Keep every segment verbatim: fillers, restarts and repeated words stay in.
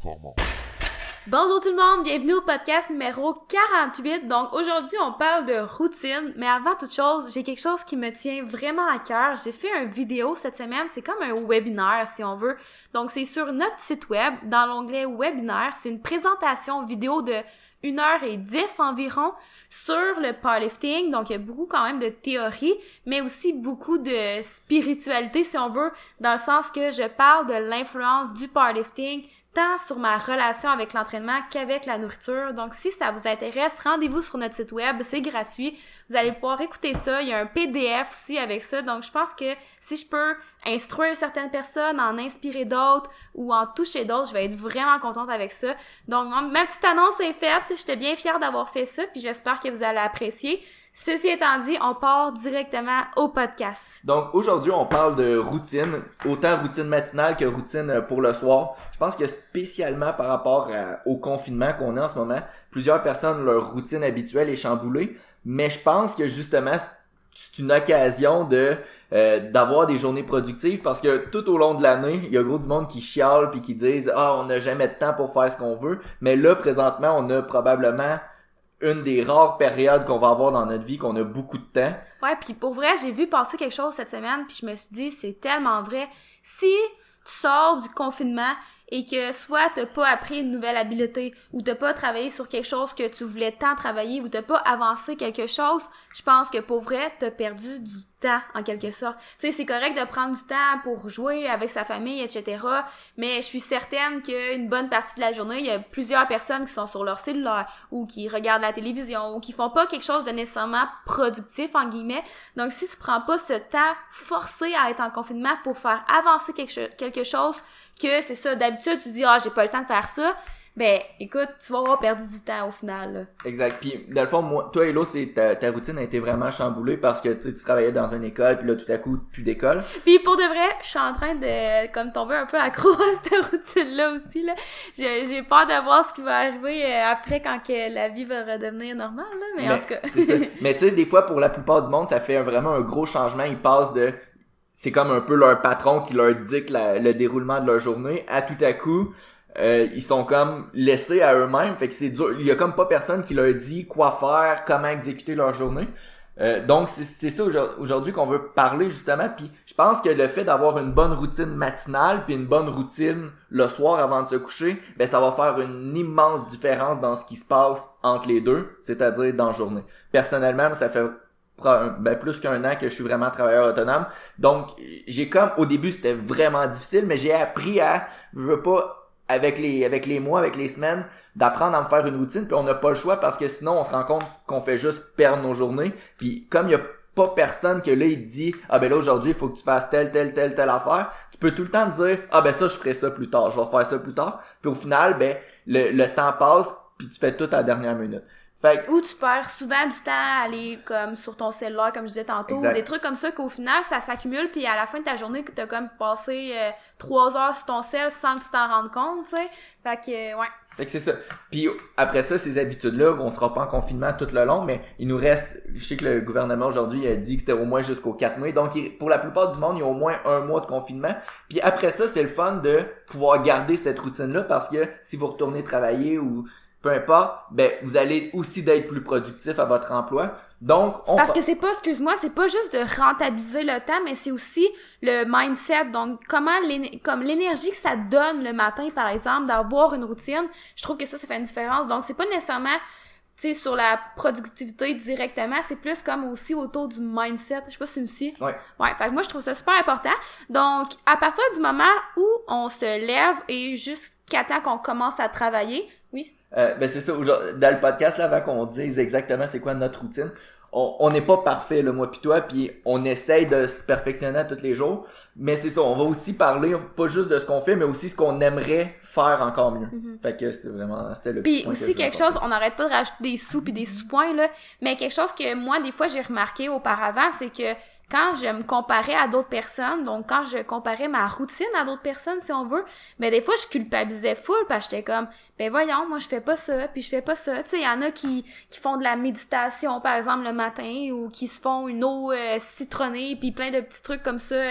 performance. Bonjour tout le monde, bienvenue au podcast numéro quarante-huit. Donc aujourd'hui, on parle de routine, mais avant toute chose, j'ai quelque chose qui me tient vraiment à cœur. J'ai fait une vidéo cette semaine, c'est comme un webinaire si on veut. Donc c'est sur notre site web, dans l'onglet webinaire, c'est une présentation vidéo de une heure et dix environ sur le powerlifting. Donc il y a beaucoup quand même de théorie, mais aussi beaucoup de spiritualité si on veut, dans le sens que je parle de l'influence du powerlifting tant sur ma relation avec l'entraînement qu'avec la nourriture. Donc, si ça vous intéresse, rendez-vous sur notre site web, c'est gratuit. Vous allez pouvoir écouter ça. Il y a un P D F aussi avec ça. Donc, je pense que si je peux instruire certaines personnes, en inspirer d'autres ou en toucher d'autres, je vais être vraiment contente avec ça. Donc, ma petite annonce est faite. J'étais bien fière d'avoir fait ça, puis j'espère que vous allez apprécier. Ceci étant dit, on part directement au podcast. Donc aujourd'hui, on parle de routine, autant routine matinale que routine pour le soir. Je pense que spécialement par rapport à, au confinement qu'on a en ce moment, plusieurs personnes, leur routine habituelle est chamboulée, mais je pense que justement, c'est une occasion de euh, d'avoir des journées productives parce que tout au long de l'année, il y a gros du monde qui chiale puis qui disent « Ah, on n'a jamais de temps pour faire ce qu'on veut », mais là, présentement, on a probablement une des rares périodes qu'on va avoir dans notre vie, qu'on a beaucoup de temps. Ouais, puis pour vrai, j'ai vu passer quelque chose cette semaine, puis je me suis dit, c'est tellement vrai. Si tu sors du confinement et que soit t'as pas appris une nouvelle habileté, ou t'as pas travaillé sur quelque chose que tu voulais tant travailler, ou t'as pas avancé quelque chose, je pense que pour vrai, t'as perdu du temps, en quelque sorte. Tu sais, c'est correct de prendre du temps pour jouer avec sa famille, et cetera, mais je suis certaine qu'une bonne partie de la journée, il y a plusieurs personnes qui sont sur leur cellulaire, ou qui regardent la télévision, ou qui font pas quelque chose de nécessairement productif, en guillemets. Donc, si tu prends pas ce temps forcé à être en confinement pour faire avancer quelque, quelque chose, que c'est ça, d'habitude, tu dis « Ah, j'ai pas le temps de faire ça », ben, écoute, tu vas avoir perdu du temps au final, là. Exact. Puis, dans le fond, moi, toi, Hello, c'est ta, ta routine a été vraiment chamboulée parce que, tu sais, tu travaillais dans une école, puis là, tout à coup, plus d'école. Puis, pour de vrai, je suis en train de, comme, tomber un peu accro à cette routine-là aussi, là. J'ai, j'ai peur de voir ce qui va arriver après quand que la vie va redevenir normale, là, mais, mais en tout cas. C'est ça. Mais, tu sais, des fois, pour la plupart du monde, ça fait vraiment un gros changement. Ils passent de... C'est comme un peu leur patron qui leur dicte la, le déroulement de leur journée. À tout à coup, euh, ils sont comme laissés à eux-mêmes. Fait que c'est dur. Il y a comme pas personne qui leur dit quoi faire, comment exécuter leur journée. Euh, donc, c'est, c'est ça aujourd'hui qu'on veut parler justement. Puis je pense que le fait d'avoir une bonne routine matinale puis une bonne routine le soir avant de se coucher, ben ça va faire une immense différence dans ce qui se passe entre les deux, c'est-à-dire dans la journée. Personnellement, ça fait... ben plus qu'un an que je suis vraiment travailleur autonome. Donc, j'ai comme, au début, c'était vraiment difficile, mais j'ai appris à, je veux pas, avec les, avec les mois, avec les semaines, d'apprendre à me faire une routine, puis on n'a pas le choix parce que sinon, on se rend compte qu'on fait juste perdre nos journées. Puis, comme il y a pas personne que là, il te dit, ah ben là, aujourd'hui, il faut que tu fasses telle, telle, telle, telle affaire, tu peux tout le temps te dire, ah ben ça, je ferai ça plus tard, je vais faire ça plus tard. Puis au final, ben, le, le temps passe, puis tu fais tout à la dernière minute. Fait que... Ou tu perds souvent du temps à aller comme sur ton cellulaire, comme je disais tantôt, exact. Ou des trucs comme ça qu'au final, ça s'accumule, puis à la fin de ta journée, que t'as comme passé euh, trois heures sur ton cell sans que tu t'en rendes compte, tu sais. Fait que, euh, ouais. Fait que c'est ça. Puis après ça, ces habitudes-là, on sera pas en confinement tout le long, mais il nous reste, je sais que le gouvernement aujourd'hui a dit que c'était au moins jusqu'au quatre mai, donc pour la plupart du monde, il y a au moins un mois de confinement. Puis après ça, c'est le fun de pouvoir garder cette routine-là parce que si vous retournez travailler ou peu importe, ben vous allez aussi d'être plus productif à votre emploi. Donc, on Parce que c'est pas, excuse-moi, c'est pas juste de rentabiliser le temps, mais c'est aussi le mindset. Donc, comment l'éner- comme l'énergie que ça donne le matin, par exemple, d'avoir une routine, je trouve que ça, ça fait une différence. Donc, c'est pas nécessairement, tu sais, sur la productivité directement, c'est plus comme aussi autour du mindset. Je sais pas si tu me suis. Ouais. Ouais. Fait que moi, je trouve ça super important. Donc, à partir du moment où on se lève et jusqu'à temps qu'on commence à travailler, oui. Euh, ben c'est ça, dans le podcast là, avant qu'on dise exactement c'est quoi notre routine, on on n'est pas parfait là, moi pis toi, puis on essaye de se perfectionner à tous les jours, mais c'est ça, on va aussi parler pas juste de ce qu'on fait, mais aussi ce qu'on aimerait faire encore mieux. Mm-hmm. Fait que c'est vraiment, c'était le Puis aussi quelque chose, on n'arrête pas de rajouter des sous pis des sous-points là, mais quelque chose que moi des fois j'ai remarqué auparavant, c'est que quand je me comparais à d'autres personnes, donc quand je comparais ma routine à d'autres personnes, si on veut, ben des fois, je culpabilisais full parce que j'étais comme, ben voyons, moi, je fais pas ça, puis je fais pas ça. Tu sais, il y en a qui qui font de la méditation, par exemple, le matin, ou qui se font une eau euh, citronnée, puis plein de petits trucs comme ça, euh,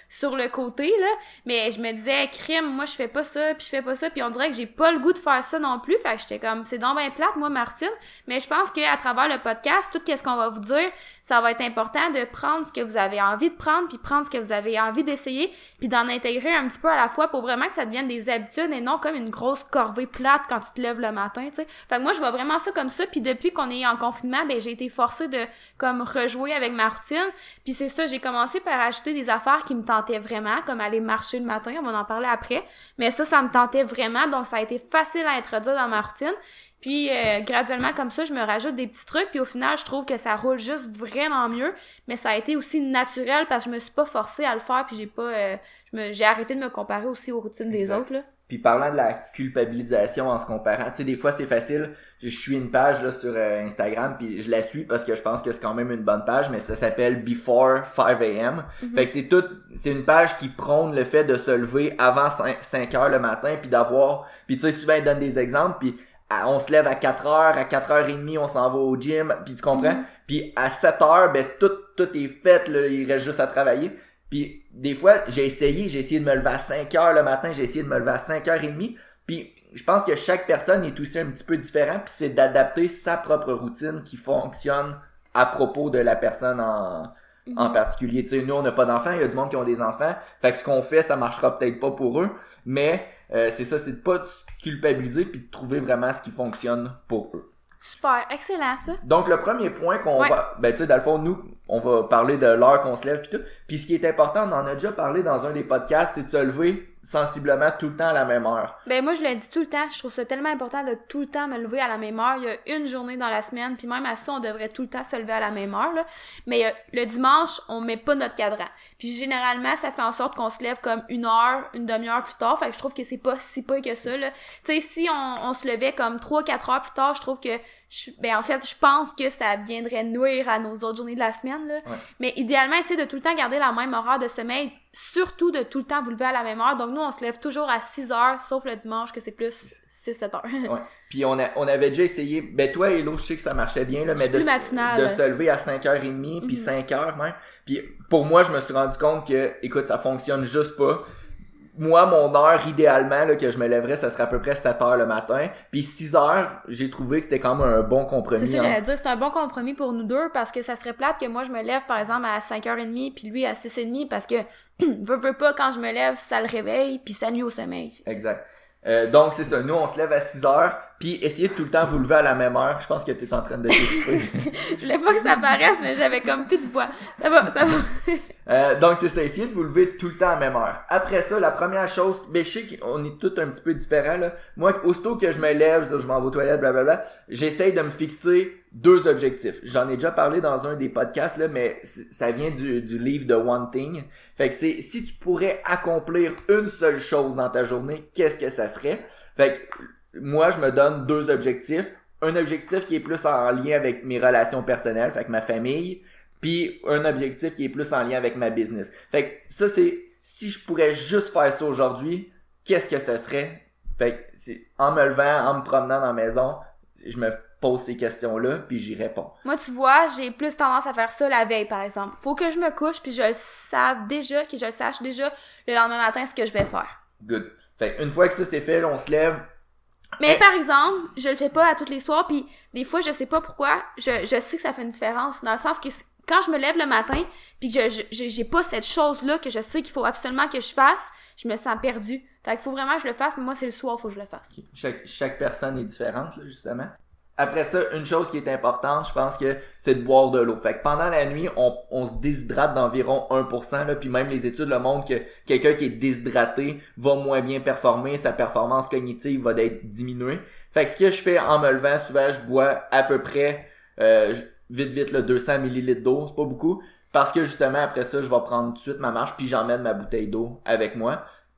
sur le côté, là, mais je me disais, crime, moi, je fais pas ça, puis je fais pas ça, puis on dirait que j'ai pas le goût de faire ça non plus, fait que j'étais comme, c'est donc ben plate, moi, ma routine, mais je pense qu'à travers le podcast, tout ce qu'on va vous dire, ça va être important de prendre ce que vous avez envie de prendre, puis prendre ce que vous avez envie d'essayer, puis d'en intégrer un petit peu à la fois pour vraiment que ça devienne des habitudes et non comme une grosse corvée plate quand tu te lèves le matin, tu sais. Fait que moi, je vois vraiment ça comme ça, puis depuis qu'on est en confinement, ben j'ai été forcée de, comme, rejouer avec ma routine, puis c'est ça, j'ai commencé par acheter des affaires qui me tentaient vraiment, comme aller marcher le matin, on va en parler après, mais ça, ça me tentait vraiment, donc ça a été facile à introduire dans ma routine. Puis euh, graduellement comme ça, je me rajoute des petits trucs, puis au final, je trouve que ça roule juste vraiment mieux, mais ça a été aussi naturel parce que je me suis pas forcée à le faire, puis j'ai pas euh, je me j'ai arrêté de me comparer aussi aux routines des autres là. Puis parlant de la culpabilisation en se comparant, tu sais, des fois c'est facile, je suis une page là sur euh, Instagram, puis je la suis parce que je pense que c'est quand même une bonne page, mais ça s'appelle Before five a.m. Mm-hmm. Fait que c'est tout, c'est une page qui prône le fait de se lever avant cinq heures le matin, puis d'avoir, puis tu sais, souvent ils donnent des exemples, puis on se lève à quatre heures, à quatre heures trente, on s'en va au gym, puis tu comprends? Mm-hmm. Puis à sept heures, ben tout tout est fait, là, il reste juste à travailler. Puis des fois, j'ai essayé, j'ai essayé de me lever à cinq heures le matin, j'ai essayé de me lever à cinq heures trente, puis je pense que chaque personne est aussi un petit peu différent, puis c'est d'adapter sa propre routine qui fonctionne à propos de la personne en, mm-hmm. en particulier. Tu sais, nous, on n'a pas d'enfants, il y a du monde qui ont des enfants, fait que ce qu'on fait, ça marchera peut-être pas pour eux, mais euh, c'est ça, c'est de pas culpabiliser puis de trouver vraiment ce qui fonctionne pour eux. Super, excellent ça. Donc le premier point qu'on ouais. va, ben tu sais, dans le fond, nous, on va parler de l'heure qu'on se lève puis tout. Puis ce qui est important, on en a déjà parlé dans un des podcasts, c'est de se lever sensiblement tout le temps à la même heure. Ben moi je le dis tout le temps, je trouve ça tellement important de tout le temps me lever à la même heure. Il y a une journée dans la semaine, puis même à ça on devrait tout le temps se lever à la même heure là. Mais euh, le dimanche on met pas notre cadran. Puis généralement ça fait en sorte qu'on se lève comme une heure, une demi-heure plus tard. Fait que je trouve que c'est pas si peu que ça là. Tu sais si on, on se levait comme trois quatre heures plus tard, je trouve que je, ben en fait je pense que ça viendrait nuire à nos autres journées de la semaine là. Ouais. Mais idéalement essayez de tout le temps garder la même horaire de sommeil. Surtout de tout le temps vous lever à la même heure. Donc nous, on se lève toujours à six heures, sauf le dimanche que c'est plus six sept heures. Ouais. Puis on a on avait déjà essayé, ben toi Hello, je sais que ça marchait bien là, mais de, de se lever à cinq heures trente mm-hmm. puis cinq heures même. Puis pour moi, je me suis rendu compte que écoute, ça fonctionne juste pas. Moi, mon heure idéalement là, que je me lèverais, ça serait à peu près sept heures le matin. Puis six heures, j'ai trouvé que c'était quand même un bon compromis. C'est ça, hein. J'allais dire, c'est un bon compromis pour nous deux parce que ça serait plate que moi je me lève par exemple à cinq heures trente puis lui à six heures trente parce que veux, veux pas, quand je me lève, ça le réveille puis ça nuit au sommeil. Exact. Euh, donc c'est ça, nous on se lève à six heures, puis essayez de tout le temps vous lever à la même heure. Je pense que t'es en train de t'étouffer. Je voulais pas que ça paraisse, mais j'avais comme plus de voix. Ça va, ça va. euh, donc c'est ça, essayez de vous lever tout le temps à la même heure. Après ça, la première chose, ben je sais qu'on est tous un petit peu différents là. Moi, aussitôt que je me lève, je m'en vais aux toilettes, blablabla, j'essaye de me fixer deux objectifs. J'en ai déjà parlé dans un des podcasts là, mais ça vient du, du livre de One Thing. Fait que c'est, si tu pourrais accomplir une seule chose dans ta journée, qu'est-ce que ça serait? Fait que moi, je me donne deux objectifs. Un objectif qui est plus en lien avec mes relations personnelles, fait que ma famille, puis un objectif qui est plus en lien avec ma business. Fait que ça, c'est, si je pourrais juste faire ça aujourd'hui, qu'est-ce que ça serait? Fait que c'est, en me levant, en me promenant dans la maison, je me pose ces questions-là, puis j'y réponds. Moi, tu vois, j'ai plus tendance à faire ça la veille, par exemple. Faut que je me couche, puis je le sache déjà, que je le sache déjà le lendemain matin ce que je vais faire. Good. Fait une fois que ça c'est fait, là, on se lève. Mais par exemple, je le fais pas à tous les soirs, puis des fois, je sais pas pourquoi, je, je sais que ça fait une différence, dans le sens que quand je me lève le matin, puis que je, je j'ai pas cette chose-là que je sais qu'il faut absolument que je fasse, je me sens perdue. Fait qu'il faut vraiment que je le fasse, mais moi, c'est le soir, faut que je le fasse. Okay. Chaque, chaque personne est différente, là, justement. Après ça, une chose qui est importante, je pense que c'est de boire de l'eau. Fait que pendant la nuit, on, on se déshydrate d'environ un pour cent, là, puis même les études le montrent que quelqu'un qui est déshydraté va moins bien performer, sa performance cognitive va être diminuée. Fait que ce que je fais en me levant, souvent je bois à peu près euh, vite vite là, deux cents millilitres d'eau, c'est pas beaucoup, parce que justement après ça, je vais prendre tout de suite ma marche, puis j'emmène ma bouteille d'eau avec moi.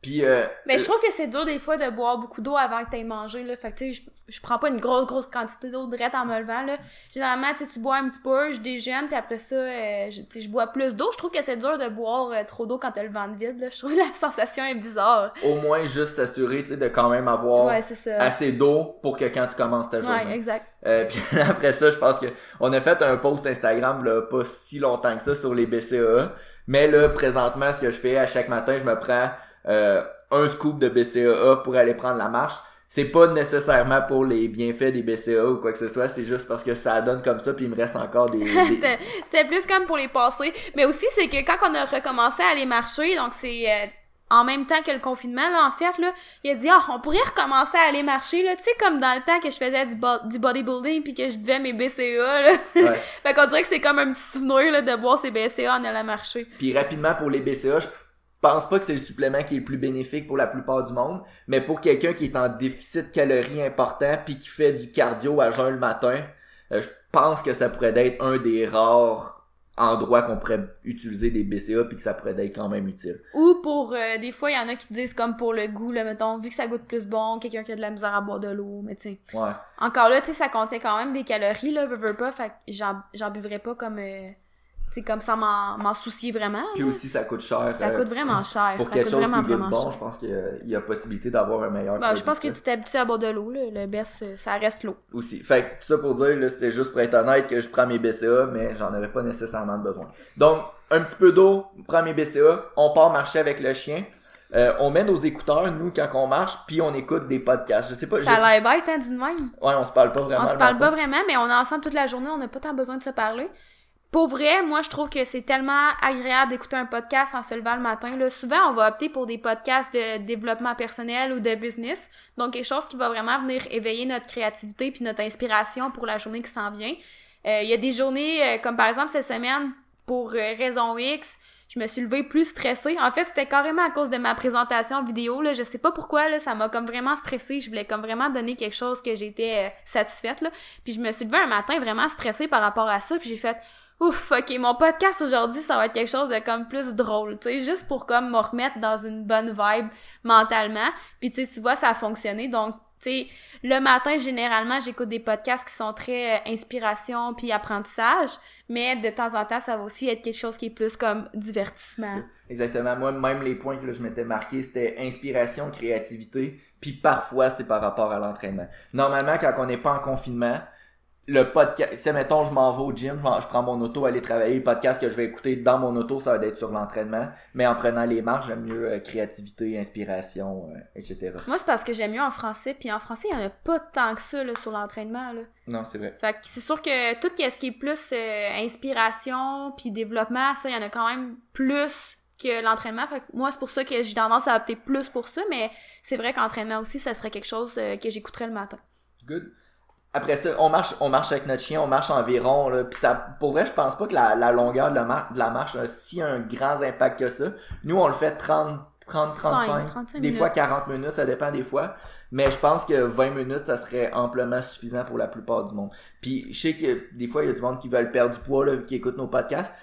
Puis euh, mais je trouve que c'est dur des fois de boire beaucoup d'eau avant que t'aies mangé, là. Fait que tu sais, je, je prends pas une grosse, grosse quantité d'eau direct en me levant, là. Généralement, tu sais, tu bois un petit peu, je déjeune, puis après ça, euh, je, tu sais, je bois plus d'eau. Je trouve que c'est dur de boire euh, trop d'eau quand t'as le ventre vide, là. Je trouve que la sensation est bizarre. Au moins, juste s'assurer, tu sais, de quand même avoir ouais, c'est ça. assez d'eau pour que quand tu commences ta journée. Ouais, exact. Euh, puis après ça, je pense que on a fait un post Instagram, là, pas si longtemps que ça, sur les B C A A. Mais là, présentement, ce que je fais, à chaque matin, je me prends euh, un scoop de B C A A pour aller prendre la marche. C'est pas nécessairement pour les bienfaits des B C A A ou quoi que ce soit, c'est juste parce que ça donne comme ça, puis il me reste encore des... des... c'était, c'était plus comme pour les passer. Mais aussi, c'est que quand on a recommencé à aller marcher, donc c'est... Euh, en même temps que le confinement, là, en fait, là, il a dit, ah, oh, on pourrait recommencer à aller marcher, là, tu sais, comme dans le temps que je faisais du, bo- du bodybuilding puis que je buvais mes B C A A, là. Ouais. Fait qu'on dirait que c'est comme un petit souvenir, là, de boire ces B C A A en allant marcher. Puis rapidement, pour les B C A A, je pense pas que c'est le supplément qui est le plus bénéfique pour la plupart du monde, mais pour quelqu'un qui est en déficit calorique important puis qui fait du cardio à jeun le matin, euh, je pense que ça pourrait être un des rares endroit qu'on pourrait utiliser des B C A puis que ça pourrait être quand même utile. Ou pour euh, des fois il y en a qui disent comme pour le goût là, mettons, vu que ça goûte plus bon, quelqu'un qui a de la misère à boire de l'eau, mais tu sais. Ouais. Encore là, tu sais, ça contient quand même des calories là, veux, veux pas, fait que j'en j'en buvrais pas comme euh, tu sais, comme ça m'en m'en soucier vraiment. Puis là. aussi ça coûte cher. Ça euh, coûte vraiment cher, pour ça quelque coûte chose vraiment qui goûte vraiment bon, cher. je pense qu'il y a, il y a possibilité d'avoir un meilleur Ben, je pense que ça. tu t'es habitué à boire de l'eau là, le best ça reste l'eau. Aussi. Fait que tout ça pour dire là, c'était juste pour être honnête que je prends mes B C A, mais j'en avais pas nécessairement besoin. Donc un petit peu d'eau, on prend mes B C A, on part marcher avec le chien. Euh, on met nos écouteurs, nous, quand on marche, puis on écoute des podcasts. Je sais pas. Ça je... a l'air bête, hein, dis de même. Ouais, on se parle pas vraiment. On se parle pas vraiment, mais on est ensemble toute la journée, on n'a pas tant besoin de se parler. Pour vrai, moi, je trouve que c'est tellement agréable d'écouter un podcast en se levant le matin. Là, souvent, on va opter pour des podcasts de développement personnel ou de business. Donc, quelque chose qui va vraiment venir éveiller notre créativité puis notre inspiration pour la journée qui s'en vient. Euh, il y a des journées, euh, comme par exemple cette semaine, pour euh, raison X, je me suis levée plus stressée. En fait, c'était carrément à cause de ma présentation vidéo, là. Je sais pas pourquoi, là, ça m'a comme vraiment stressée. Je voulais comme vraiment donner quelque chose que j'étais euh, satisfaite, là. Puis je me suis levée un matin vraiment stressée par rapport à ça, puis j'ai fait... Ouf, ok, mon podcast aujourd'hui, ça va être quelque chose de comme plus drôle, tu sais, juste pour comme me remettre dans une bonne vibe mentalement. Puis tu sais, tu vois, ça a fonctionné. Donc, tu sais, le matin, généralement, j'écoute des podcasts qui sont très euh, inspiration puis apprentissage, mais de temps en temps, ça va aussi être quelque chose qui est plus comme divertissement. Exactement. Moi, même les points que là, je m'étais marqué, c'était inspiration, créativité, puis parfois, c'est par rapport à l'entraînement. Normalement, quand on n'est pas en confinement, le podcast, si mettons je m'en vais au gym, je prends mon auto aller travailler, le podcast que je vais écouter dans mon auto, ça va être sur l'entraînement, mais en prenant les marches, j'aime mieux euh, créativité, inspiration, euh, et cetera. Moi, c'est parce que j'aime mieux en français, puis en français, il y en a pas tant que ça là, sur l'entraînement. Là. Non, c'est vrai. Fait que c'est sûr que tout ce qui est plus euh, inspiration puis développement, ça, il y en a quand même plus que l'entraînement. Fait que moi, c'est pour ça que j'ai tendance à opter plus pour ça, mais c'est vrai qu'entraînement aussi, ça serait quelque chose euh, que j'écouterais le matin. Good. Après ça, on marche, on marche avec notre chien, on marche environ, là, pis ça, pour vrai, je pense pas que la, la longueur de la, mar- de la marche a si un grand impact que ça. Nous, on le fait trente, trente, trente-cinq, trente-cinq des minutes. fois quarante minutes, ça dépend des fois. Mais je pense que vingt minutes, ça serait amplement suffisant pour la plupart du monde. Puis je sais que des fois, il y a du monde qui veulent perdre du poids, là, qui écoute nos podcasts.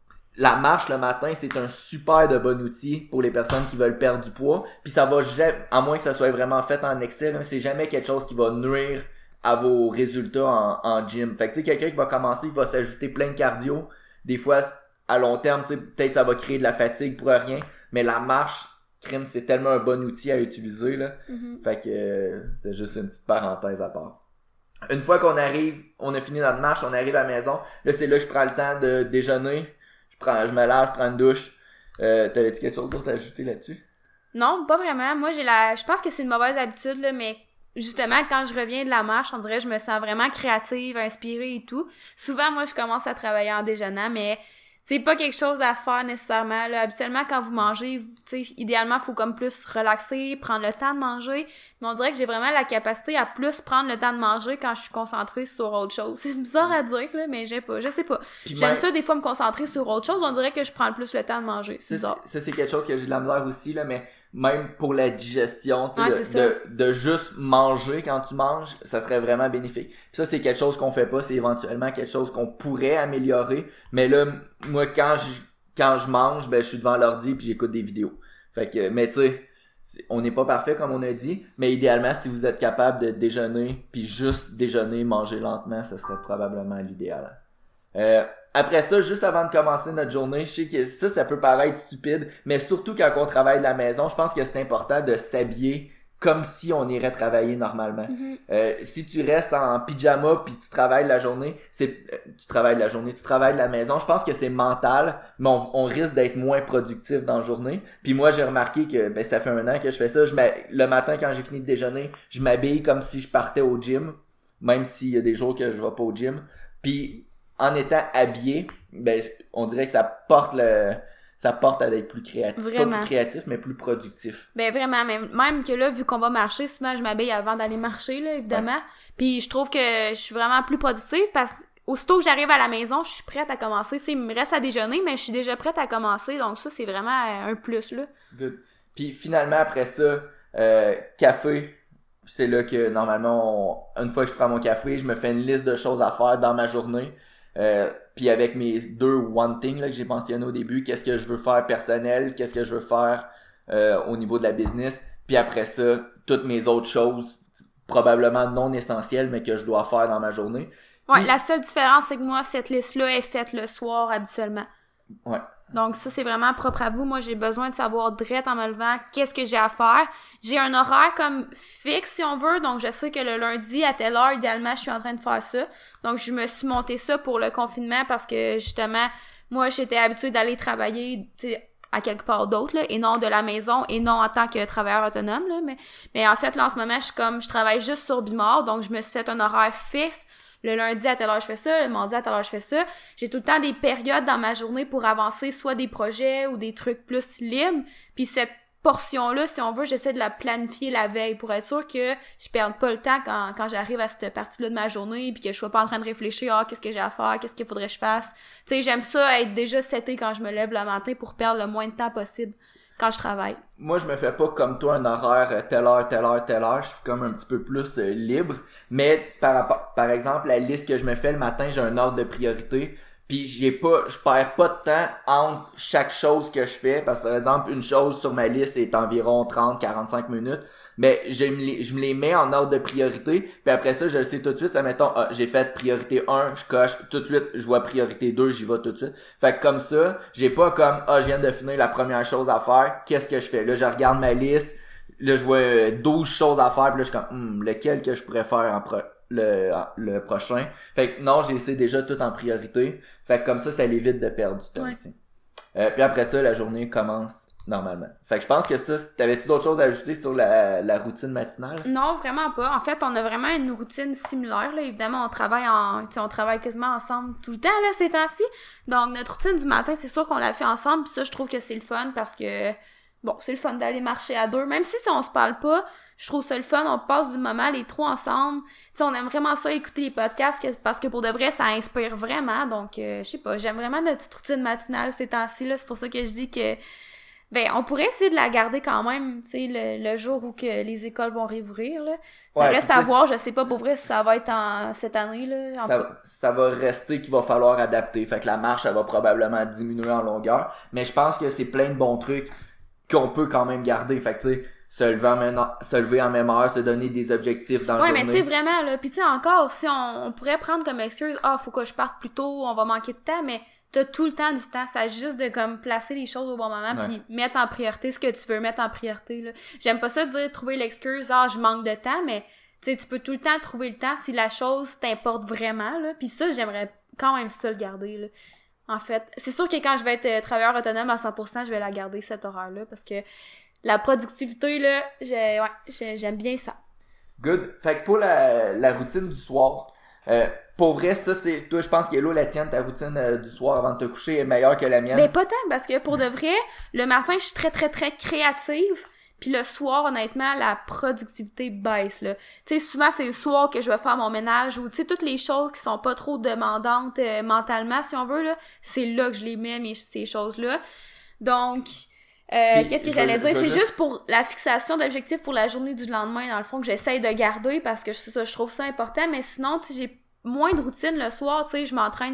La marche le matin, c'est un super de bon outil pour les personnes qui veulent perdre du poids. Puis ça va jamais, à moins que ça soit vraiment fait en excès, là, c'est jamais quelque chose qui va nuire à vos résultats en, en gym. Fait que tu sais, quelqu'un qui va commencer, il va s'ajouter plein de cardio. Des fois, à long terme, tu sais, peut-être ça va créer de la fatigue pour rien. Mais la marche, crime, c'est tellement un bon outil à utiliser, là. Mm-hmm. Fait que euh, c'est juste une petite parenthèse à part. Une fois qu'on arrive, on a fini notre marche, on arrive à la maison. Là, c'est là que je prends le temps de déjeuner. Je prends, je me lave, je prends une douche. Euh, t'avais-tu quelque chose d'autre à ajouter là-dessus? Non, pas vraiment. Moi, j'ai la, je pense que c'est une mauvaise habitude, là, mais justement, quand je reviens de la marche, on dirait que je me sens vraiment créative, inspirée et tout. Souvent, moi, je commence à travailler en déjeunant, mais c'est pas quelque chose à faire nécessairement. Là. Habituellement, quand vous mangez, tu sais, idéalement, il faut comme plus relaxer, prendre le temps de manger. Mais on dirait que j'ai vraiment la capacité à plus prendre le temps de manger quand je suis concentrée sur autre chose. C'est bizarre à dire, là, mais j'ai pas, je sais pas. Puis J'aime même... ça, des fois, me concentrer sur autre chose. On dirait que je prends plus le temps de manger. C'est ça, bizarre. Ça, c'est quelque chose que j'ai de la misère aussi, là, mais même pour la digestion, tu sais, ouais, de, de, de juste manger quand tu manges, ça serait vraiment bénéfique. Puis ça, c'est quelque chose qu'on fait pas, c'est éventuellement quelque chose qu'on pourrait améliorer. Mais là, moi, quand je, quand je mange, ben, je suis devant l'ordi puis j'écoute des vidéos. Fait que, mais tu sais, on n'est pas parfait comme on a dit, mais idéalement, si vous êtes capable de déjeuner, puis juste déjeuner, manger lentement, ce serait probablement l'idéal. Euh, après ça, juste avant de commencer notre journée, je sais que ça, ça peut paraître stupide, mais surtout quand on travaille de la maison, je pense que c'est important de s'habiller comme si on irait travailler normalement. Mm-hmm. Euh, si tu restes en pyjama puis tu travailles la journée, c'est euh, tu travailles la journée, tu travailles de la maison, je pense que c'est mental, mais on, on risque d'être moins productif dans la journée. Puis moi, j'ai remarqué que ben ça fait un an que je fais ça, je le matin quand j'ai fini de déjeuner, je m'habille comme si je partais au gym, même s'il y a des jours que je vais pas au gym. Puis en étant habillé, ben on dirait que ça porte le ça porte à être plus créatif. Vraiment. Pas plus créatif, mais plus productif. Ben vraiment, même, même que là, vu qu'on va marcher, souvent je m'habille avant d'aller marcher, là, évidemment. Ouais. Puis je trouve que je suis vraiment plus productive parce que aussitôt que j'arrive à la maison, je suis prête à commencer. Tu sais, il me reste à déjeuner, mais je suis déjà prête à commencer. Donc ça, c'est vraiment un plus, là. Good. Puis finalement, après ça, euh, café, c'est là que normalement, on, une fois que je prends mon café, je me fais une liste de choses à faire dans ma journée. Euh, puis avec mes deux one thing là que j'ai mentionné au début, qu'est-ce que je veux faire personnel, qu'est-ce que je veux faire euh, au niveau de la business, puis après ça, toutes mes autres choses probablement non essentielles mais que je dois faire dans ma journée. Ouais, puis, la seule différence c'est que moi cette liste-là est faite le soir habituellement. Ouais. Donc ça, c'est vraiment propre à vous. Moi, j'ai besoin de savoir direct en me levant qu'est-ce que j'ai à faire. J'ai un horaire comme fixe, si on veut. Donc, je sais que le lundi, à telle heure, idéalement, je suis en train de faire ça. Donc, je me suis monté ça pour le confinement parce que, justement, moi, j'étais habituée d'aller travailler, tu sais, à quelque part d'autre, là, et non de la maison, et non en tant que travailleur autonome, là. Mais, mais en fait, là, en ce moment, je suis comme, je travaille juste sur Bimor. Donc, je me suis fait un horaire fixe. Le lundi, à telle heure, je fais ça. Le mardi, à telle heure, je fais ça. J'ai tout le temps des périodes dans ma journée pour avancer soit des projets ou des trucs plus libres. Puis cette portion-là, si on veut, j'essaie de la planifier la veille pour être sûr que je perde pas le temps quand, quand j'arrive à cette partie-là de ma journée puis que je sois pas en train de réfléchir, ah, qu'est-ce que j'ai à faire, qu'est-ce qu'il faudrait que je fasse. Tu sais, j'aime ça être déjà seté quand je me lève le matin pour perdre le moins de temps possible quand je travaille. Moi, je me fais pas comme toi un horaire telle heure, telle heure, telle heure. Je suis comme un petit peu plus euh, libre. Mais par par exemple, la liste que je me fais le matin, j'ai un ordre de priorité. Puis j'ai pas, je perds pas de temps entre chaque chose que je fais. Parce que par exemple, une chose sur ma liste est environ trente à quarante-cinq minutes. Mais je me, les, je me les mets en ordre de priorité. Puis après ça, je le sais tout de suite. Ça mettons, ah, j'ai fait priorité un, je coche. Tout de suite, je vois priorité deux, j'y vais tout de suite. Fait que comme ça, j'ai pas comme, ah, je viens de finir la première chose à faire. Qu'est-ce que je fais? Là, je regarde ma liste. Là, je vois douze choses à faire. Puis là, je suis comme, hmm, lequel que je pourrais faire en pro le, le prochain. Fait que non, j'ai essayé déjà tout en priorité. Fait que comme ça, ça l'évite de perdre du temps, ouais, aussi. Euh, puis après ça, la journée commence normalement. Fait que je pense que ça, t'avais-tu d'autres choses à ajouter sur la, la routine matinale? Non, vraiment pas. En fait, on a vraiment une routine similaire, là. Évidemment, on travaille en, tu sais, on travaille quasiment ensemble tout le temps, là, ces temps-ci. Donc, notre routine du matin, c'est sûr qu'on l'a fait ensemble, puis ça, je trouve que c'est le fun parce que, bon, c'est le fun d'aller marcher à deux. Même si, tu sais, on se parle pas, je trouve ça le fun, on passe du moment les trois ensemble. Tu sais, on aime vraiment ça, écouter les podcasts, que, parce que pour de vrai, ça inspire vraiment. Donc, euh, je sais pas, j'aime vraiment notre petite routine matinale ces temps-ci, là. C'est pour ça que je dis que, ben, on pourrait essayer de la garder quand même, tu sais, le, le jour où que les écoles vont réouvrir, là. Ça ouais, reste à voir, je sais pas pour vrai si ça va être en cette année, là. En ça, ça va rester qu'il va falloir adapter. Fait que la marche, elle va probablement diminuer en longueur. Mais je pense que c'est plein de bons trucs qu'on peut quand même garder. Fait que, tu sais, se lever en même, se lever en même heure, se donner des objectifs dans la ouais, journée. Ouais, mais tu sais, vraiment, là. Pis tu sais, encore, si on, on pourrait prendre comme excuse, ah, faut que je parte plus tôt, on va manquer de temps, mais t'as tout le temps du temps, ça juste de comme placer les choses au bon moment ouais, puis mettre en priorité ce que tu veux mettre en priorité, là. J'aime pas ça de dire trouver l'excuse, ah, je manque de temps, mais tu sais, tu peux tout le temps trouver le temps si la chose t'importe vraiment, là. Puis ça, j'aimerais quand même ça le garder, là. En fait, c'est sûr que quand je vais être euh, travailleur autonome à cent pour cent, je vais la garder cette horaire-là parce que la productivité, là, j'ai, ouais, j'ai, j'aime bien ça. Good. Fait que pour la, la routine du soir, euh, pour vrai, ça, c'est, toi, je pense qu'Hello, la tienne, ta routine euh, du soir avant de te coucher est meilleure que la mienne. Ben, pas tant, parce que pour de vrai, le matin, je suis très, très, très créative. Puis le soir, honnêtement, la productivité baisse, là. Tu sais, souvent, c'est le soir que je vais faire mon ménage ou, tu sais, toutes les choses qui sont pas trop demandantes euh, mentalement, si on veut, là, c'est là que je les mets, mes, ces choses-là. Donc, euh, qu'est-ce que j'allais dire? C'est juste... juste pour la fixation d'objectifs pour la journée du lendemain, dans le fond, que j'essaye de garder parce que ça, je trouve ça important. Mais sinon, tu sais, j'ai moins de routine le soir, tu sais, je m'entraîne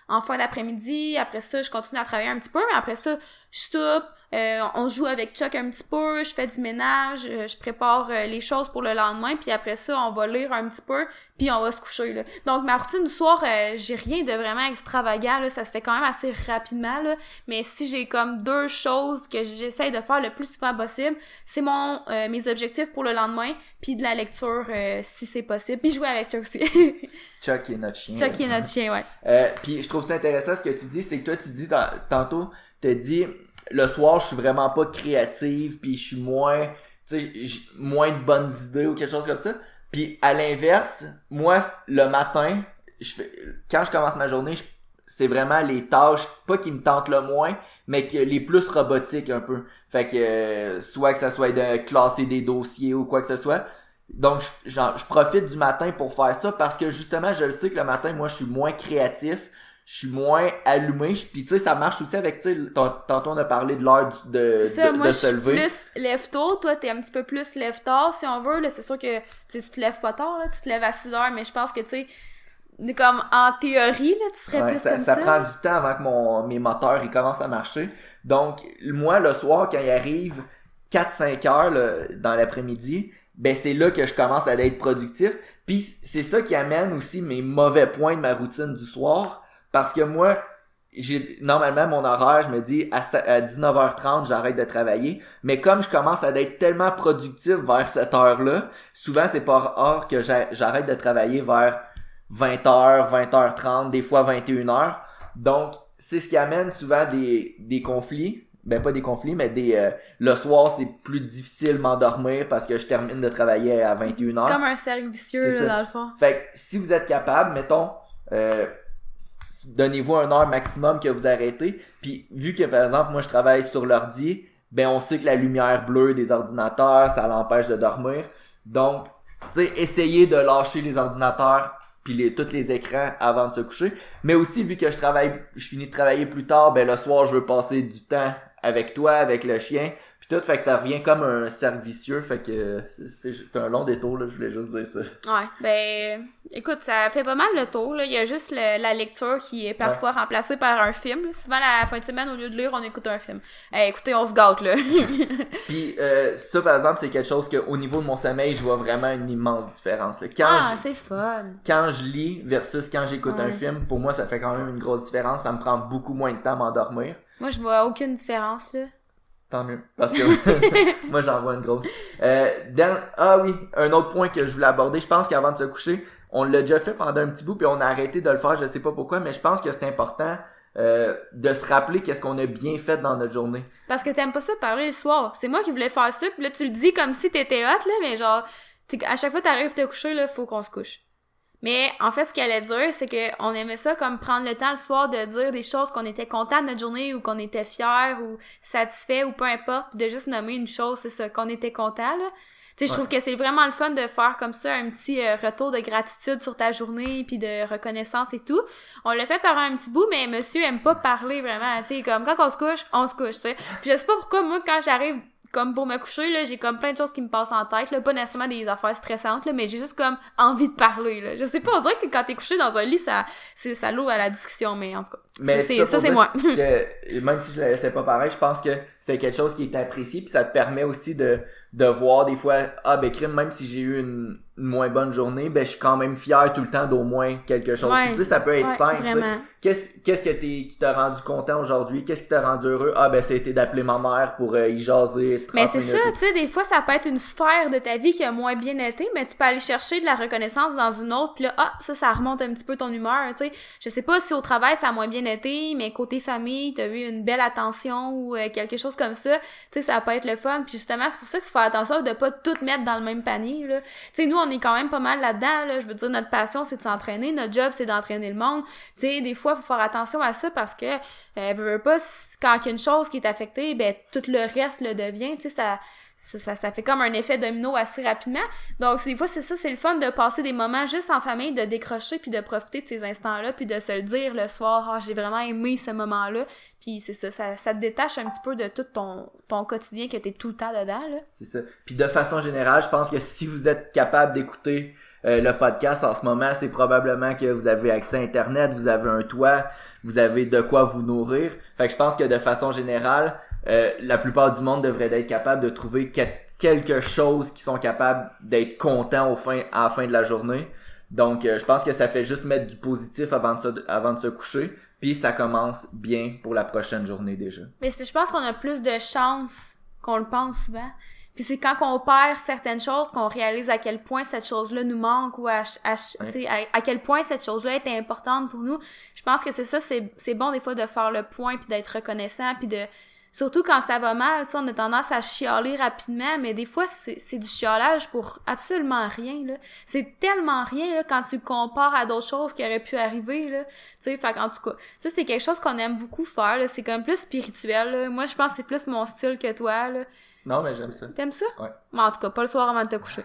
en fin d'après-midi. Après ça, je continue à travailler un petit peu, mais après ça, je soupe, euh, on joue avec Chuck un petit peu, je fais du ménage, euh, je prépare euh, les choses pour le lendemain, puis après ça, on va lire un petit peu, puis on va se coucher, là. Donc, ma routine du soir, euh, j'ai rien de vraiment extravagant, là, ça se fait quand même assez rapidement, là, mais si j'ai comme deux choses que j'essaie de faire le plus souvent possible, c'est mon euh, mes objectifs pour le lendemain, puis de la lecture, euh, si c'est possible, puis jouer avec Chuck aussi. Chuck est notre chien. Chuck est notre chien, ouais. Euh, puis je trouve ça intéressant ce que tu dis, c'est que toi, tu dis dans, tantôt, t'as dit le soir je suis vraiment pas créative, puis je suis moins, tu sais, j- moins de bonnes idées ou quelque chose comme ça. Puis à l'inverse, moi le matin, je fais, quand je commence ma journée, je, c'est vraiment les tâches pas qui me tentent le moins, mais que les plus robotiques un peu. Fait que euh, soit que ça soit de classer des dossiers ou quoi que ce soit. Donc je, genre, je profite du matin pour faire ça parce que justement je le sais que le matin moi je suis moins créatif. Je suis moins allumé, puis tu sais, ça marche aussi avec, tu sais, tantôt on a parlé de l'heure du- de, C'est ça, de, moi, de je se suis lever. plus lève-tôt, toi, t'es un petit peu plus lève-tard, si on veut, là, c'est sûr que, tu sais, tu te lèves pas tard, là, tu te lèves à six heures, mais je pense que, tu sais, comme, en théorie, là, tu serais Ouais, plus ça, comme ça ça. prend du temps avant que mon, mes moteurs ils commencent à marcher. Donc, moi, le soir, quand il arrive quatre cinq heures là, dans l'après-midi, ben c'est là que je commence à être productif. Puis c'est ça qui amène aussi mes mauvais points de ma routine du soir, parce que moi, j'ai normalement mon horaire, je me dis à, à dix-neuf heures trente j'arrête de travailler, mais comme je commence à être tellement productif vers cette heure-là, souvent c'est pas rare que j'a- j'arrête de travailler vers vingt heures, vingt heures trente, des fois vingt et une heures. Donc c'est ce qui amène souvent des des conflits, ben pas des conflits mais des euh, le soir c'est plus difficile de m'endormir parce que je termine de travailler à vingt et une heures. C'est comme un cercle vicieux, C'est là, ça. dans le fond. Fait que si vous êtes capable, mettons, euh, donnez-vous un heure maximum que vous arrêtez. Puis vu que par exemple moi je travaille sur l'ordi, ben on sait que la lumière bleue des ordinateurs, ça l'empêche de dormir. Donc, tu sais, essayez de lâcher les ordinateurs puis les tous les écrans avant de se coucher. Mais aussi vu que je travaille, je finis de travailler plus tard, ben le soir je veux passer du temps avec toi, avec le chien. Puis tout, fait que ça revient comme un cercle vicieux, fait que c'est, c'est, c'est un long détour, là, je voulais juste dire ça. Ouais, ben, écoute, ça fait pas mal le tour, là. Il y a juste le- la lecture qui est parfois remplacée par un film, là. Souvent, la fin de semaine, au lieu de lire, on écoute un film. Eh, écoutez, on se gâte, là. Puis euh, ça, par exemple, c'est quelque chose que au niveau de mon sommeil, je vois vraiment une immense différence, là. Quand, Ah, je, c'est le fun. quand je lis versus quand j'écoute Ouais. un film, pour moi, ça fait quand même une grosse différence. Ça me prend beaucoup moins de temps à m'endormir. Moi, je vois aucune différence, là. Tant mieux, parce que moi j'en vois une grosse. Euh, dans... Ah oui, un autre point que je voulais aborder, je pense qu'avant de se coucher, on l'a déjà fait pendant un petit bout puis on a arrêté de le faire, je sais pas pourquoi, mais je pense que c'est important euh, de se rappeler qu'est-ce qu'on a bien fait dans notre journée. Parce que t'aimes pas ça parler le soir. C'est moi qui voulais faire ça, pis là, tu le dis comme si t'étais hot, là, mais genre, t'es- à chaque fois que t'arrives te coucher, là, faut qu'on se couche. Mais, en fait, ce qu'elle allait dire, c'est que on aimait ça comme prendre le temps le soir de dire des choses qu'on était content de notre journée ou qu'on était fiers ou satisfait ou peu importe, pis de juste nommer une chose, c'est ça, qu'on était content, là. Tu sais, je Ouais. trouve que c'est vraiment le fun de faire comme ça un petit euh, retour de gratitude sur ta journée puis de reconnaissance et tout. On l'a fait par un petit bout, mais monsieur aime pas parler vraiment, tu sais, comme quand on se couche, on se couche, tu sais. Puis je sais pas pourquoi, moi, quand j'arrive comme pour me coucher, là, j'ai comme plein de choses qui me passent en tête, là, pas nécessairement des affaires stressantes, là, mais j'ai juste comme envie de parler, là. Je sais pas, on dirait que quand t'es couché dans un lit, ça, c'est, ça l'ouvre à la discussion, mais en tout cas, Mais c'est, c'est, ça, pour c'est dire moi. que, même si je le laissais pas pareil, je pense que c'était quelque chose qui est apprécié puis ça te permet aussi de de voir des fois, ah ben crime, même si j'ai eu une, une moins bonne journée, ben je suis quand même fier tout le temps d'au moins quelque chose. Ouais. Puis, tu sais, ça peut être Ouais, simple. tu sais. vraiment. Qu'est-ce, qu'est-ce que t'es, qui t'a rendu content aujourd'hui? Qu'est-ce qui t'a rendu heureux? Ah ben c'était d'appeler ma mère pour euh, y jaser trente Mais c'est minutes. ça, tu sais, des fois, ça peut être une sphère de ta vie qui a moins bien été, mais tu peux aller chercher de la reconnaissance dans une autre, puis là, ah, ça, ça remonte un petit peu ton humeur, tu sais. Je sais pas si au travail, ça a moins bien été, mais côté famille, t'as eu une belle attention ou euh, quelque chose comme ça, tu sais, ça peut être le fun. Puis justement, c'est pour ça qu'il faut faire attention de pas tout mettre dans le même panier, là. Tu sais, nous, on est quand même pas mal là-dedans, là. Je veux dire, notre passion, c'est de s'entraîner, notre job, c'est d'entraîner le monde. Tu sais, des fois, faut faire attention à ça parce que, euh, veux, veux pas, quand il y a une chose qui est affectée, ben, tout le reste le devient, tu sais, ça... ça, ça, ça fait comme un effet domino assez rapidement. Donc, des fois, c'est ça, c'est le fun de passer des moments juste en famille, de décrocher, puis de profiter de ces instants-là, puis de se le dire le soir, « Ah, j'ai vraiment aimé ce moment-là. » Puis c'est ça, ça, ça te détache un petit peu de tout ton, ton quotidien que t'es tout le temps dedans, là. C'est ça. Puis de façon générale, je pense que si vous êtes capable d'écouter euh, le podcast en ce moment, c'est probablement que vous avez accès à Internet, vous avez un toit, vous avez de quoi vous nourrir. Fait que je pense que de façon générale, euh, la plupart du monde devrait être capable de trouver que- quelque chose qui sont capables d'être contents au fin, à la fin de la journée. Donc, euh, je pense que ça fait juste mettre du positif avant de se, avant de se coucher. Puis ça commence bien pour la prochaine journée déjà. Mais c'est- je pense qu'on a plus de chance qu'on le pense souvent. Puis c'est quand on perd certaines choses qu'on réalise à quel point cette chose-là nous manque ou à, à, Ouais. tu sais, à, à quel point cette chose-là est importante pour nous. Je pense que c'est ça, c'est, c'est bon des fois de faire le point puis d'être reconnaissant puis de... Surtout quand ça va mal, tu sais, on a tendance à chialer rapidement, mais des fois, c'est, c'est du chialage pour absolument rien, là. C'est tellement rien, là, quand tu compares à d'autres choses qui auraient pu arriver, là. Tu sais, fait qu'en tout cas, ça, c'est quelque chose qu'on aime beaucoup faire, là. C'est comme plus spirituel, là. Moi, je pense que c'est plus mon style que toi, là. Non, mais j'aime ça. T'aimes ça? Ouais. Mais en tout cas, pas le soir avant de te coucher.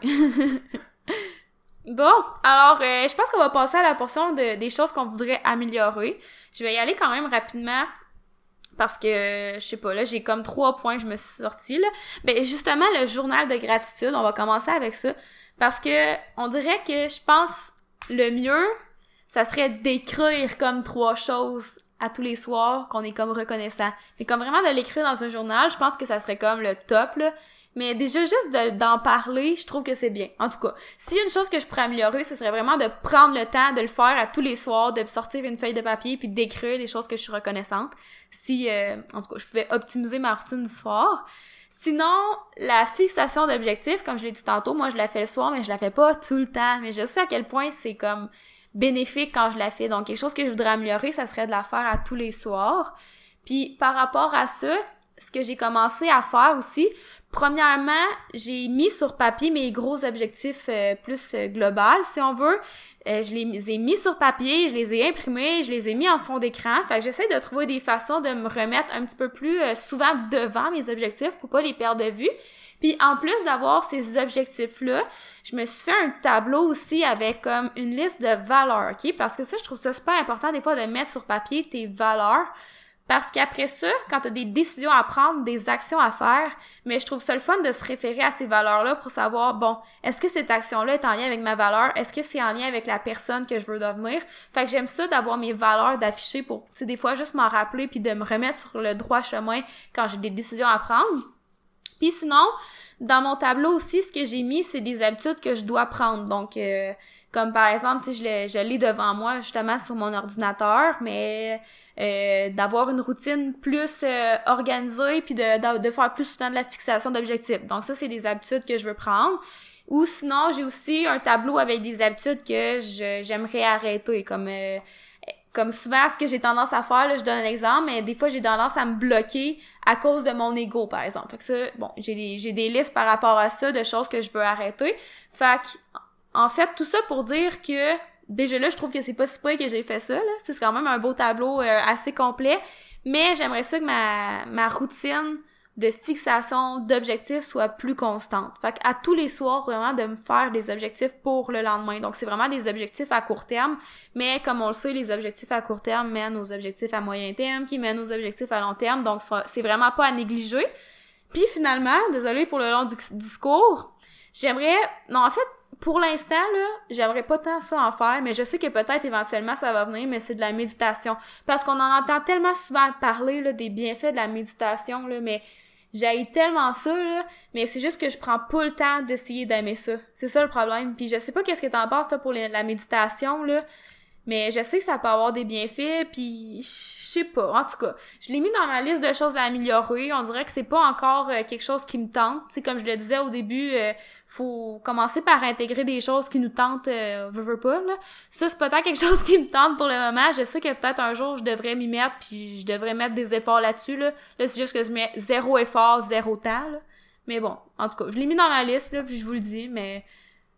Bon, alors, euh, je pense qu'on va passer à la portion de, des choses qu'on voudrait améliorer. Je vais y aller quand même rapidement. Parce que, je sais pas, là, j'ai comme trois points que je me suis sortie, là. Ben, justement, le journal de gratitude, on va commencer avec ça. Parce que, on dirait que je pense, le mieux, ça serait d'écrire comme trois choses à tous les soirs qu'on est comme reconnaissant. Mais comme vraiment de l'écrire dans un journal, je pense que ça serait comme le top, là. Mais déjà, juste de, d'en parler, je trouve que c'est bien. En tout cas, s'il y a une chose que je pourrais améliorer, ce serait vraiment de prendre le temps de le faire à tous les soirs, de sortir une feuille de papier puis d'écrire des choses que je suis reconnaissante. Si, euh, en tout cas, je pouvais optimiser ma routine du soir. Sinon, la fixation d'objectifs, comme je l'ai dit tantôt, moi, je la fais le soir, mais je la fais pas tout le temps. Mais je sais à quel point c'est comme bénéfique quand je la fais. Donc, quelque chose que je voudrais améliorer, ça serait de la faire à tous les soirs. Puis, par rapport à ça, ce que j'ai commencé à faire aussi, premièrement, j'ai mis sur papier mes gros objectifs euh, plus euh, global, si on veut. Euh, je les ai mis sur papier, je les ai imprimés, je les ai mis en fond d'écran. Fait que j'essaie de trouver des façons de me remettre un petit peu plus euh, souvent devant mes objectifs pour pas les perdre de vue. Puis en plus d'avoir ces objectifs-là, je me suis fait un tableau aussi avec comme une liste de valeurs, OK? Parce que ça, je trouve ça super important des fois de mettre sur papier tes valeurs. Parce qu'après ça, quand t'as des décisions à prendre, des actions à faire, mais je trouve ça le fun de se référer à ces valeurs-là pour savoir, bon, est-ce que cette action-là est en lien avec ma valeur? Est-ce que c'est en lien avec la personne que je veux devenir? Fait que j'aime ça d'avoir mes valeurs d'afficher pour, tu sais, des fois juste m'en rappeler puis de me remettre sur le droit chemin quand j'ai des décisions à prendre. Puis sinon, dans mon tableau aussi, ce que j'ai mis, c'est des habitudes que je dois prendre. Donc, euh, comme par exemple, tu sais, je l'ai, je l'ai devant moi justement sur mon ordinateur, mais euh, d'avoir une routine plus euh, organisée puis de, de, de faire plus souvent de la fixation d'objectifs. Donc ça, c'est des habitudes que je veux prendre. Ou sinon, j'ai aussi un tableau avec des habitudes que je, j'aimerais arrêter, comme... Euh, Comme souvent, ce que j'ai tendance à faire, là, je donne un exemple, mais des fois, j'ai tendance à me bloquer à cause de mon ego, par exemple. Fait que ça, bon, j'ai des, j'ai des listes par rapport à ça, de choses que je veux arrêter. Fait que, en fait, tout ça pour dire que, déjà là, je trouve que c'est pas si pire que j'ai fait ça, là. C'est quand même un beau tableau euh, assez complet. Mais j'aimerais ça que ma, ma routine de fixation d'objectifs soit plus constante. Fait qu'à tous les soirs, vraiment, de me faire des objectifs pour le lendemain. Donc, c'est vraiment des objectifs à court terme, mais comme on le sait, les objectifs à court terme mènent aux objectifs à moyen terme, qui mènent aux objectifs à long terme, donc ça, c'est vraiment pas à négliger. Puis finalement, désolée pour le long du discours, j'aimerais... Non, en fait, pour l'instant, là, j'aimerais pas tant ça en faire, mais je sais que peut-être éventuellement ça va venir, mais c'est de la méditation. Parce qu'on en entend tellement souvent parler, là, des bienfaits de la méditation, là, mais... J'haïs tellement ça, là, mais c'est juste que je prends pas le temps d'essayer d'aimer ça. C'est ça le problème. Puis je sais pas qu'est-ce que t'en penses, toi, pour les, la méditation, là, mais je sais que ça peut avoir des bienfaits, puis je sais pas. En tout cas, je l'ai mis dans ma liste de choses à améliorer. On dirait que c'est pas encore euh, quelque chose qui me tente. Tu sais, comme je le disais au début, euh, faut commencer par intégrer des choses qui nous tentent, euh, veux, veux pas, là. Ça, c'est peut-être quelque chose qui me tente pour le moment. Je sais que peut-être un jour, je devrais m'y mettre, puis je devrais mettre des efforts là-dessus, là. Là, c'est juste que je mets zéro effort, zéro temps, là. Mais bon, en tout cas, je l'ai mis dans ma liste, là, puis je vous le dis, mais...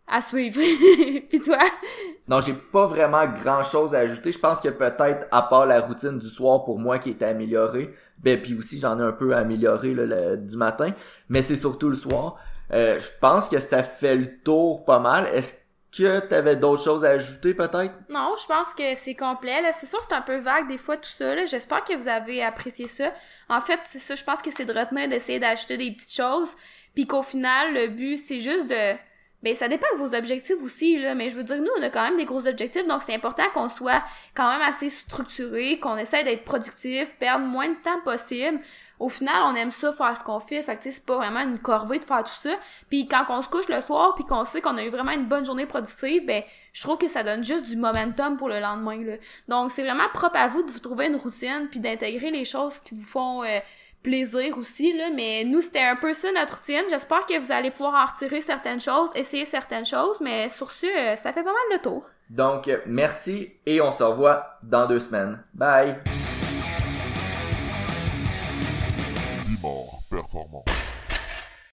à suivre. Puis toi? Non, j'ai pas vraiment grand chose à ajouter. Je pense que peut-être, à part la routine du soir pour moi qui était améliorée, ben puis aussi j'en ai un peu amélioré là, le, du matin, mais c'est surtout le soir. Euh, je pense que ça fait le tour pas mal. Est-ce que t'avais d'autres choses à ajouter peut-être? Non, je pense que c'est complet. Là, c'est sûr, c'est un peu vague des fois tout ça. Là. J'espère que vous avez apprécié ça. En fait, c'est ça, je pense que c'est de retenir, d'essayer d'ajouter des petites choses, puis qu'au final, le but, c'est juste de... Ben, ça dépend de vos objectifs aussi, là, mais je veux dire, nous, on a quand même des gros objectifs, donc c'est important qu'on soit quand même assez structuré, qu'on essaie d'être productif, perdre moins de temps possible. Au final, on aime ça, faire ce qu'on fait, fait que tu sais, c'est pas vraiment une corvée de faire tout ça. Puis quand on se couche le soir, puis qu'on sait qu'on a eu vraiment une bonne journée productive, ben, je trouve que ça donne juste du momentum pour le lendemain, là. Donc, c'est vraiment propre à vous de vous trouver une routine, puis d'intégrer les choses qui vous font... Euh, plaisir aussi, là, mais nous, c'était un peu ça notre routine. J'espère que vous allez pouvoir en retirer certaines choses, essayer certaines choses, mais sur ce, ça fait pas mal le tour. Donc, merci et on se revoit dans deux semaines. Bye!